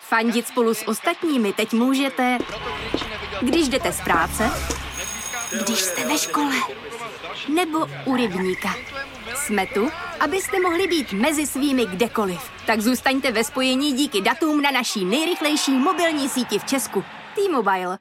Fandit spolu s ostatními teď můžete, když jdete z práce, když jste ve škole, nebo u rybníka. Jsme tu, abyste mohli být mezi svými kdekoliv. Tak zůstaňte ve spojení díky datům na naší nejrychlejší mobilní síti v Česku. T-Mobile.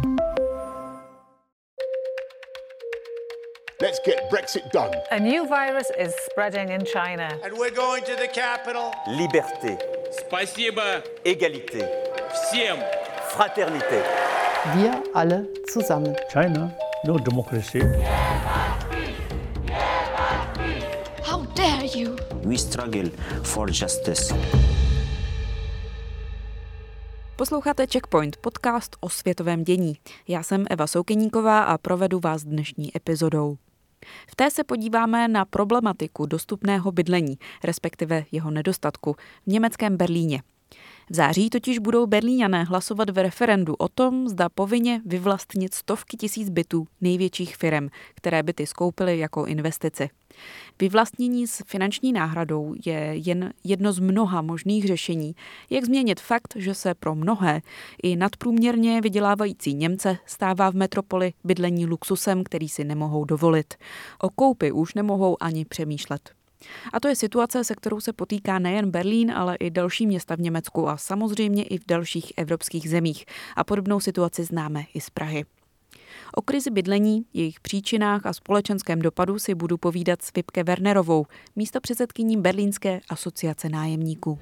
Let's get Brexit done. A new virus is spreading in China. And we're going to the capital. Liberté. Спасибо. Égalité. Всем. Fraternité. Wir alle zusammen. China, no democracy. How dare you? We struggle for justice. Posloucháte Checkpoint, podcast o světovém dění. Já jsem Eva Soukeníková a provedu vás dnešní epizodou. V té se podíváme na problematiku dostupného bydlení, respektive jeho nedostatku, v německém Berlíně. V září totiž budou Berlíňané hlasovat v referendu o tom, zda povinně vyvlastnit stovky tisíc bytů největších firem, které byty skoupily jako investici. Vyvlastnění s finanční náhradou je jen jedno z mnoha možných řešení, jak změnit fakt, že se pro mnohé i nadprůměrně vydělávající Němce stává v metropoli bydlení luxusem, který si nemohou dovolit. O koupi už nemohou ani přemýšlet. A to je situace, se kterou se potýká nejen Berlín, ale i další města v Německu a samozřejmě i v dalších evropských zemích. A podobnou situaci známe i z Prahy. O krizi bydlení, jejich příčinách a společenském dopadu si budu povídat s Vibke Wernerovou, místopředsedkyní Berlínské asociace nájemníků.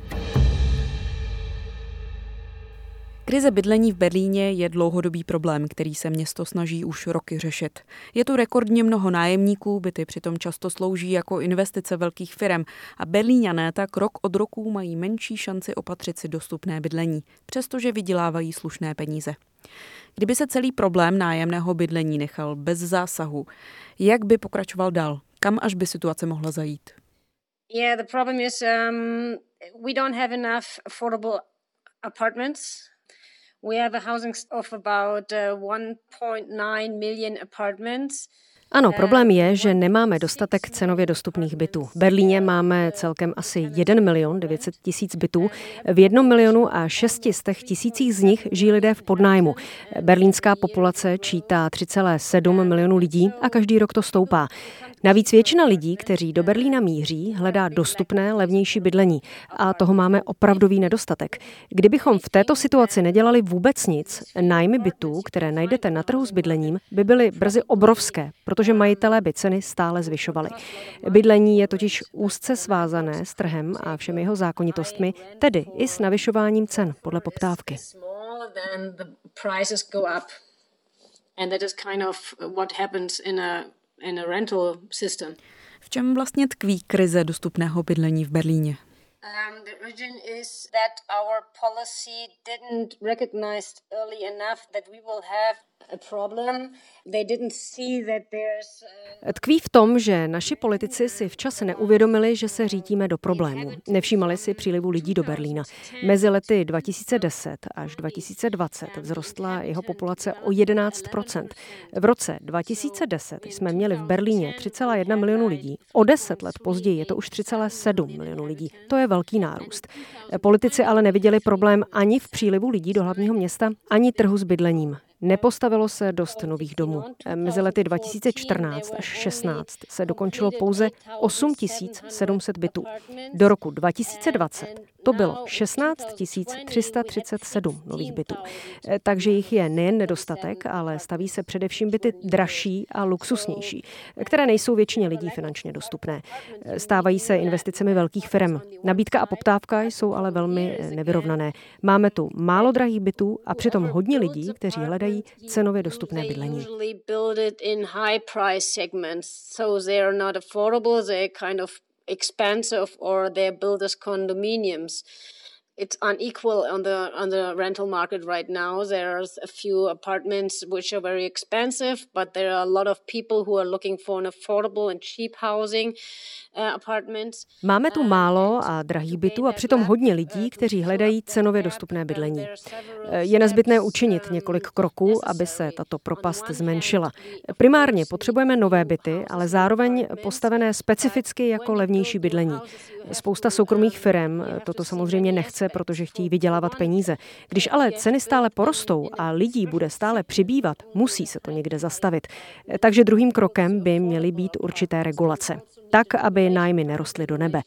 Krize bydlení v Berlíně je dlouhodobý problém, který se město snaží už roky řešit. Je tu rekordně mnoho nájemníků, byty přitom často slouží jako investice velkých firem a Berlíňané tak rok od roku mají menší šanci opatřit si dostupné bydlení, přestože vydělávají slušné peníze. Kdyby se celý problém nájemného bydlení nechal bez zásahu, jak by pokračoval dál? Kam až by situace mohla zajít? Yeah, the problem is we don't have enough affordable apartments. We have a housing of about 1.9 million apartments. Ano, problém je, že nemáme dostatek cenově dostupných bytů. V Berlíně máme celkem asi 1 900 000 bytů. V 1 600 000 z nich žijí lidé v podnájmu. Berlínská populace čítá 3,7 milionu lidí a každý rok to stoupá. Navíc většina lidí, kteří do Berlína míří, hledá dostupné, levnější bydlení. A toho máme opravdový nedostatek. Kdybychom v této situaci nedělali vůbec nic, nájmy bytů, které najdete na trhu s bydlením, by byly brzy obrovské, protože majitelé by ceny stále zvyšovali. Bydlení je totiž úzce svázané s trhem a všemi jeho zákonitostmi, tedy i s navyšováním cen podle poptávky. V čem vlastně tkví krize dostupného bydlení v Berlíně? The origin is that our policy didn't recognize early enough that we will have a problem. They didn't see that there's Tkví v tom, že naši politici si včas neuvědomili, že se řítíme do problému. Nevšímali si přílivu lidí do Berlína. Mezi lety 2010 až 2020 vzrostla jeho populace o 11%. V roce 2010 jsme měli v Berlíně 3,1 milionu lidí. O 10 let později je to už 3,7 milionu lidí. To je velký nárůst. Politici ale neviděli problém ani v přílivu lidí do hlavního města, ani trhu s bydlením. Nepostavilo se dost nových domů. Mezi lety 2014 až 16 se dokončilo pouze 8 700 bytů. Do roku 2020 to bylo 16 337 nových bytů. Takže jich je nejen nedostatek, ale staví se především byty dražší a luxusnější, které nejsou většině lidí finančně dostupné. Stávají se investicemi velkých firm. Nabídka a poptávka jsou ale velmi nevyrovnané. Máme tu málo drahých bytů a přitom hodně lidí, kteří hledají cenově dostupné bydlení. Expensive or they're built as condominiums. It's unequal on the rental market right now. There's a few apartments which are very expensive, but there are a lot of people who are looking for an affordable and cheap housing apartments. Máme tu málo a drahých bytů a přitom hodně lidí, kteří hledají cenově dostupné bydlení. Je nezbytné učinit několik kroků, aby se tato propast zmenšila. Primárně potřebujeme nové byty, ale zároveň postavené specificky jako levnější bydlení. Spousta soukromých firem toto samozřejmě nechce peníze, protože chtějí vydělávat peníze. Když ale ceny stále porostou a lidí bude stále přibývat, musí se to někde zastavit. Takže druhým krokem by měly být určité regulace, tak, aby nájmy nerostly do nebe.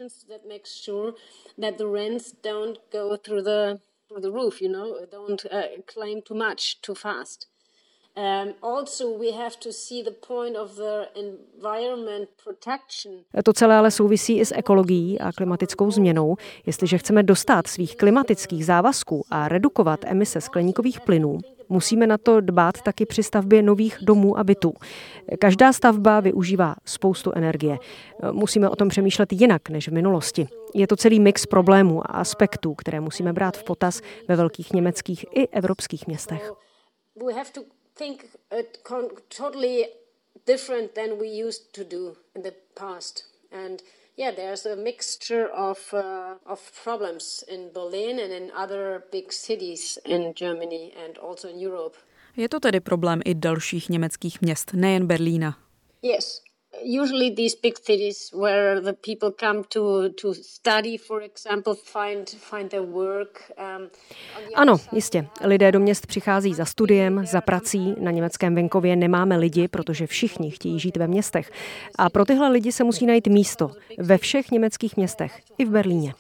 To celé ale souvisí i s ekologií a klimatickou změnou. Jestliže chceme dostát svých klimatických závazků a redukovat emise skleníkových plynů, musíme na to dbát taky při stavbě nových domů a bytů. Každá stavba využívá spoustu energie. Musíme o tom přemýšlet jinak než v minulosti. Je to celý mix problémů a aspektů, které musíme brát v potaz ve velkých německých i evropských městech. Think totally different than we used to do in the past. And yeah, there's a mixture of problems in Berlin and in other big cities in Germany and also in Europe. Je to tedy problém i dalších německých měst, nejen Berlína. Yes. Usually these big cities where the people come to study, for example, find their work. Ano, jistě. Lidé do měst přichází za studiem, za prací. Na německém venkově nemáme lidi, protože všichni chtějí žít ve městech. A pro tyhle lidi se musí najít místo ve všech německých městech, i v Berlíně.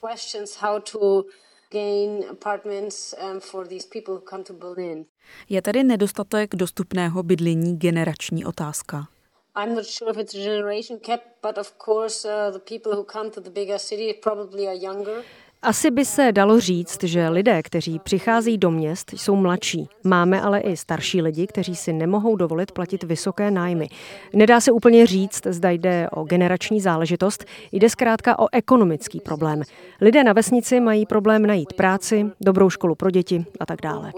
Je tady nedostatek dostupného bydlení generační otázka. I'm not sure if it's a generation gap, but of course the people who come to the bigger city probably are younger. Asi by se dalo říct, že lidé, kteří přichází do měst, jsou mladší. Máme ale i starší lidi, kteří si nemohou dovolit platit vysoké nájmy. Nedá se úplně říct, zda jde o generační záležitost, jde zkrátka o ekonomický problém. Lidé na vesnici mají problém najít práci, dobrou školu pro děti a tak dále.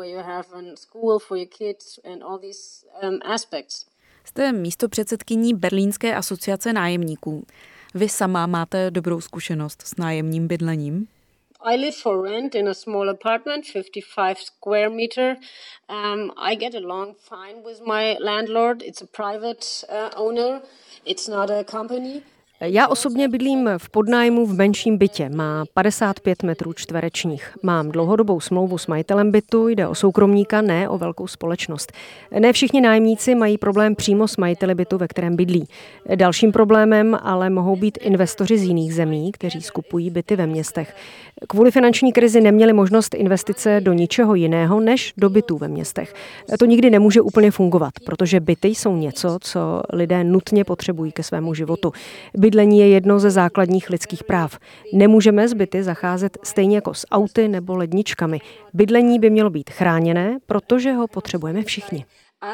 Jste místopředsedkyní Berlínské asociace nájemníků. Vy sama máte dobrou zkušenost s nájemním bydlením? I live for rent in a small apartment, 55 square meter. I get along fine with my landlord. It's a private owner. It's not a company. Já osobně bydlím v podnájmu v menším bytě, má 55 metrů čtverečních. Mám dlouhodobou smlouvu s majitelem bytu, jde o soukromníka, ne o velkou společnost. Ne všichni nájemníci mají problém přímo s majiteli bytu, ve kterém bydlí. Dalším problémem ale mohou být investoři z jiných zemí, kteří skupují byty ve městech. Kvůli finanční krizi neměli možnost investice do ničeho jiného než do bytů ve městech. To nikdy nemůže úplně fungovat, protože byty jsou něco, co lidé nutně potřebují ke svému životu. Bydlení je jedno ze základních lidských práv. Nemůžeme s byty zacházet stejně jako s auty nebo ledničkami. Bydlení by mělo být chráněné, protože ho potřebujeme všichni.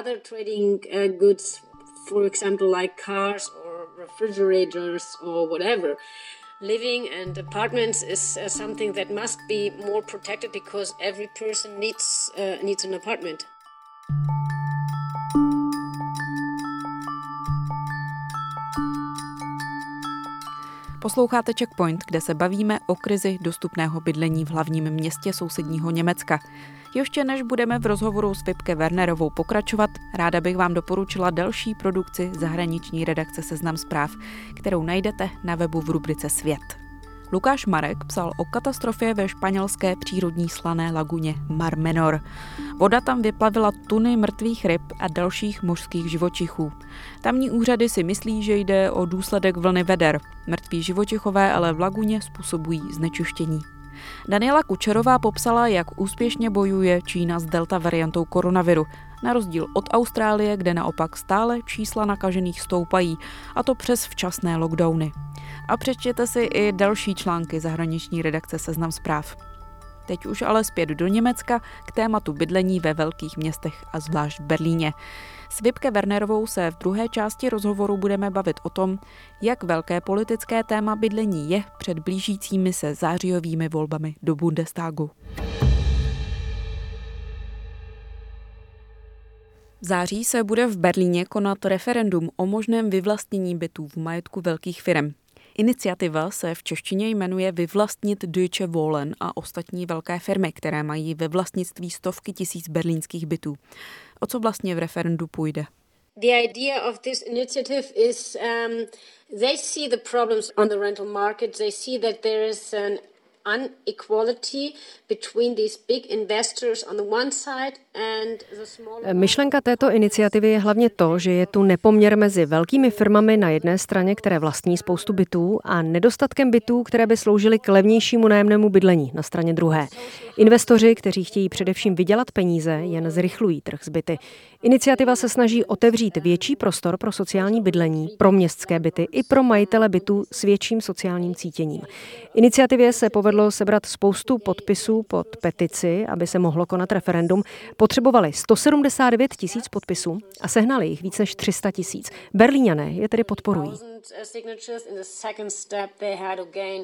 Living and apartments is something that must be more protected because every person needs an apartment. Posloucháte Checkpoint, kde se bavíme o krizi dostupného bydlení v hlavním městě sousedního Německa. Ještě než budeme v rozhovoru s Vibke Wernerovou pokračovat, ráda bych vám doporučila další produkci zahraniční redakce Seznam zpráv, kterou najdete na webu v rubrice Svět. Lukáš Marek psal o katastrofě ve španělské přírodní slané laguně Mar Menor. Voda tam vyplavila tuny mrtvých ryb a dalších mořských živočichů. Tamní úřady si myslí, že jde o důsledek vlny veder. Mrtví živočichové ale v laguně způsobují znečištění. Daniela Kučerová popsala, jak úspěšně bojuje Čína s delta variantou koronaviru, na rozdíl od Austrálie, kde naopak stále čísla nakažených stoupají, a to přes včasné lockdowny. A přečtěte si i další články zahraniční redakce Seznam zpráv. Teď už ale zpět do Německa k tématu bydlení ve velkých městech a zvlášť v Berlíně. S Vibke Wernerovou se v druhé části rozhovoru budeme bavit o tom, jak velké politické téma bydlení je před blížícími se zářijovými volbami do Bundestagu. V září se bude v Berlíně konat referendum o možném vyvlastnění bytů v majetku velkých firem. Iniciativa se v češtině jmenuje Vyvlastnit Deutsche Wohnen a ostatní velké firmy, které mají ve vlastnictví stovky tisíc berlínských bytů. O co vlastně v referendu půjde? The idea of this initiative is they see the problems on the rental market. They see that there is an unequality between these big investors on the one side and the smaller. Myšlenka této iniciativy je hlavně to, že je tu nepoměr mezi velkými firmami na jedné straně, které vlastní spoustu bytů, a nedostatkem bytů, které by sloužily k levnějšímu nájemnému bydlení na straně druhé. Investoři, kteří chtějí především vydělat peníze, jen zrychlují trh s byty. Iniciativa se snaží otevřít větší prostor pro sociální bydlení, pro městské byty i pro majitele bytů s větším sociálním cítěním. Iniciativě se povedlo sebrat spoustu podpisů pod petici, aby se mohlo konat referendum. Potřebovali 179 000 podpisů a sehnali jich víc než 300 000. Berlíňané je tedy podporují. Signatures. In the second step, they had to gain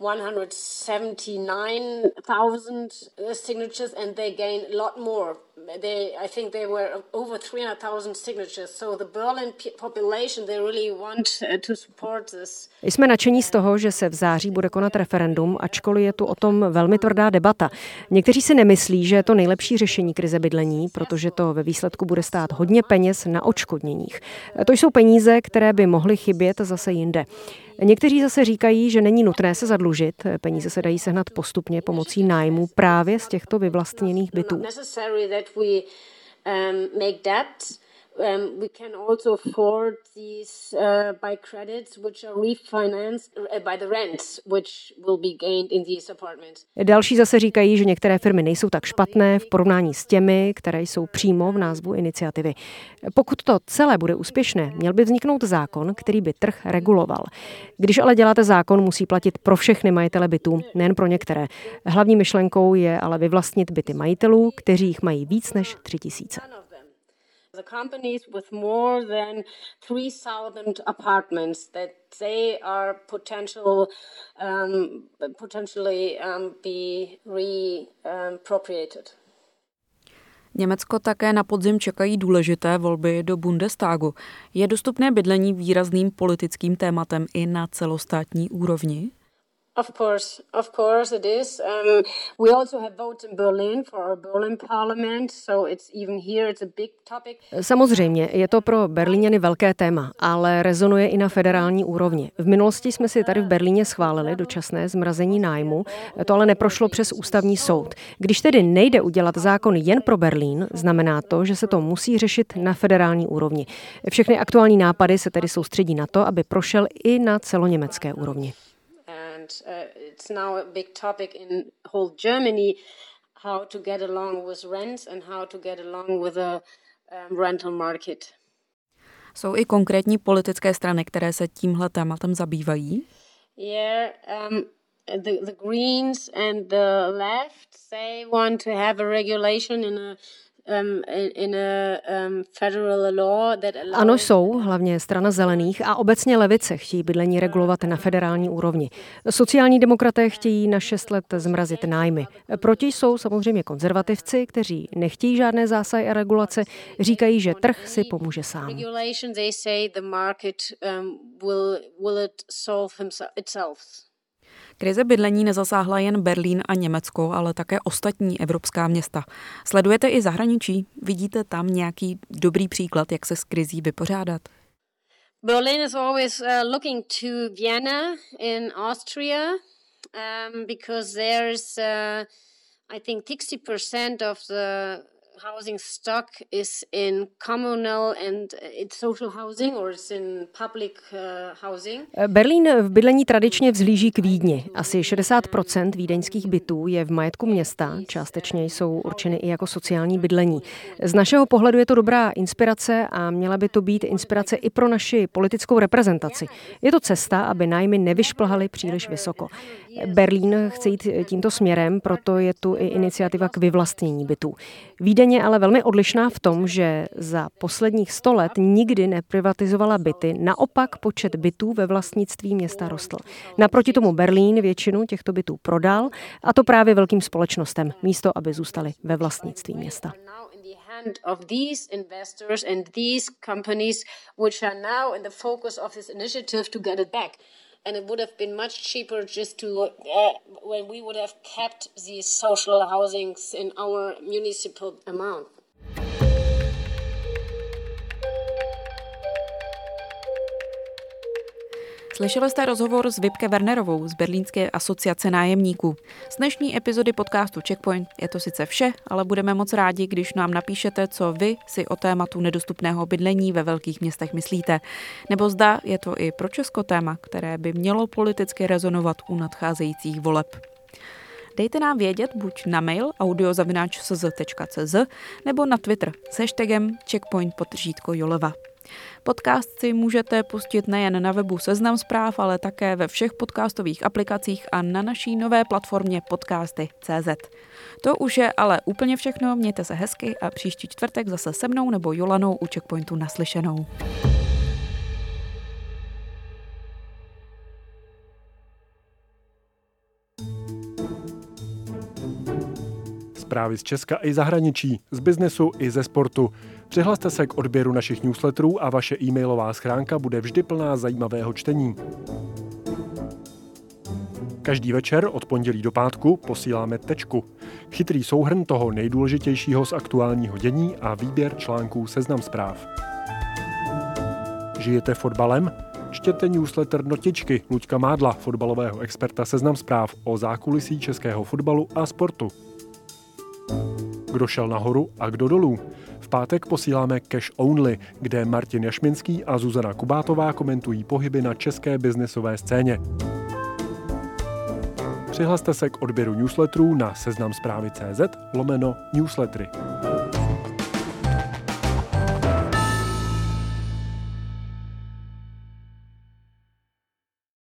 179,000 signatures, and they gained a lot more. I think they were over 300,000 signatures. So the Berlin population, they really want to support this. Jsme nadšení z toho, že se v září bude konat referendum, ačkoliv je tu o tom velmi tvrdá debata. Někteří si nemyslí, že je to nejlepší řešení krize bydlení, protože to ve výsledku bude stát hodně peněz na odškodněních. To jsou peníze, které by mohly chybět zase jinde. Někteří zase říkají, že není nutné se zadlužit. Peníze se dají sehnat postupně pomocí nájmu právě z těchto vyvlastněných bytů. We can also afford these by credits which are refinanced by the rents which will be gained in these apartments. Další zase říkají, že některé firmy nejsou tak špatné v porovnání s těmi, které jsou přímo v názvu iniciativy. Pokud to celé bude úspěšné, měl by vzniknout zákon, který by trh reguloval. Když ale děláte zákon, musí platit pro všechny majitele bytů, nejen pro některé. Hlavní myšlenkou je ale vyvlastnit byty majitelů, kteří jich mají víc než 3 000. The companies with more than 3,000 apartments that they are potentially be reappropriated. Německo také na podzim čekají důležité volby do Bundestagu. Je dostupné bydlení výrazným politickým tématem i na celostátní úrovni? Of course it is. We also have votes in Berlin for our Berlin parliament, so it's even here it's a big topic. Samozřejmě, je to pro Berlíňany velké téma, ale rezonuje i na federální úrovni. V minulosti jsme si tady v Berlíně schválili dočasné zmrazení nájmu, to ale neprošlo přes ústavní soud. Když tedy nejde udělat zákon jen pro Berlín, znamená to, že se to musí řešit na federální úrovni. Všechny aktuální nápady se tedy soustředí na to, aby prošel i na celoněmecké úrovni. It's now a big topic in whole Germany, how to get along with rents and how to get along with the rental market. Jsou i konkrétní politické strany, které se tímhle tématem zabývají? Yeah, the Greens and the left, they want to have a regulation in a federal law that allows... Ano, jsou, hlavně strana zelených a obecně levice chtějí bydlení regulovat na federální úrovni. Sociální demokraté chtějí na 6 let zmrazit nájmy. Proti jsou samozřejmě konzervativci, kteří nechtějí žádné zásahy a regulace, říkají, že trh si pomůže sám. Krize bydlení nezasáhla jen Berlín a Německo, ale také ostatní evropská města. Sledujete i zahraničí? Vidíte tam nějaký dobrý příklad, jak se s krizí vypořádat? Berlin is always looking to Vienna in Austria because there's I think 60% of the housing stock is in communal and it's social housing or it's in public housing. Berlín v bydlení tradičně vzhlíží k Vídni. Asi 60% vídeňských bytů je v majetku města, částečně jsou určeny i jako sociální bydlení. Z našeho pohledu je to dobrá inspirace a měla by to být inspirace i pro naši politickou reprezentaci. Je to cesta, aby nájmy nevyšplhaly příliš vysoko. Berlín chce jít tímto směrem, proto je tu i iniciativa k vyvlastnění bytů. Vídeň je ale velmi odlišná v tom, že za posledních 100 let nikdy neprivatizovala byty, naopak počet bytů ve vlastnictví města rostl. Naproti tomu Berlín většinu těchto bytů prodal, a to právě velkým společnostem, místo aby zůstaly ve vlastnictví města. Of these investors and these companies which are now in the focus of this initiative to get it back. And it would have been much cheaper just to when we would have kept these social housings in our municipal amount. Slyšeli jste rozhovor s Vibke Wernerovou z Berlínské asociace nájemníků. Z dnešní epizody podcastu Checkpoint je to sice vše, ale budeme moc rádi, když nám napíšete, co vy si o tématu nedostupného bydlení ve velkých městech myslíte. Nebo zda je to i pro Česko téma, které by mělo politicky rezonovat u nadcházejících voleb. Dejte nám vědět buď na mail audio@cz.cz nebo na Twitter s hashtagem checkpoint_Joleva. Podcast si můžete pustit nejen na webu Seznam Zpráv, ale také ve všech podcastových aplikacích a na naší nové platformě podcasty.cz. To už je ale úplně všechno, mějte se hezky a příští čtvrtek zase se mnou nebo Jolanou u Checkpointu naslyšenou. Zprávy z Česka i zahraničí, z biznesu i ze sportu. Přihlaste se k odběru našich newsletterů a vaše e-mailová schránka bude vždy plná zajímavého čtení. Každý večer od pondělí do pátku posíláme Tečku. Chytrý souhrn toho nejdůležitějšího z aktuálního dění a výběr článků Seznam Zpráv. Žijete fotbalem? Čtěte newsletter Notičky Luďka Mádla, fotbalového experta Seznam Zpráv o zákulisí českého fotbalu a sportu. Kdo šel nahoru a kdo dolů? V pátek posíláme Cash Only, kde Martin Jašminský a Zuzana Kubátová komentují pohyby na české biznesové scéně. Přihlaste se k odběru newsletterů na seznamzprávy.cz/newslettery.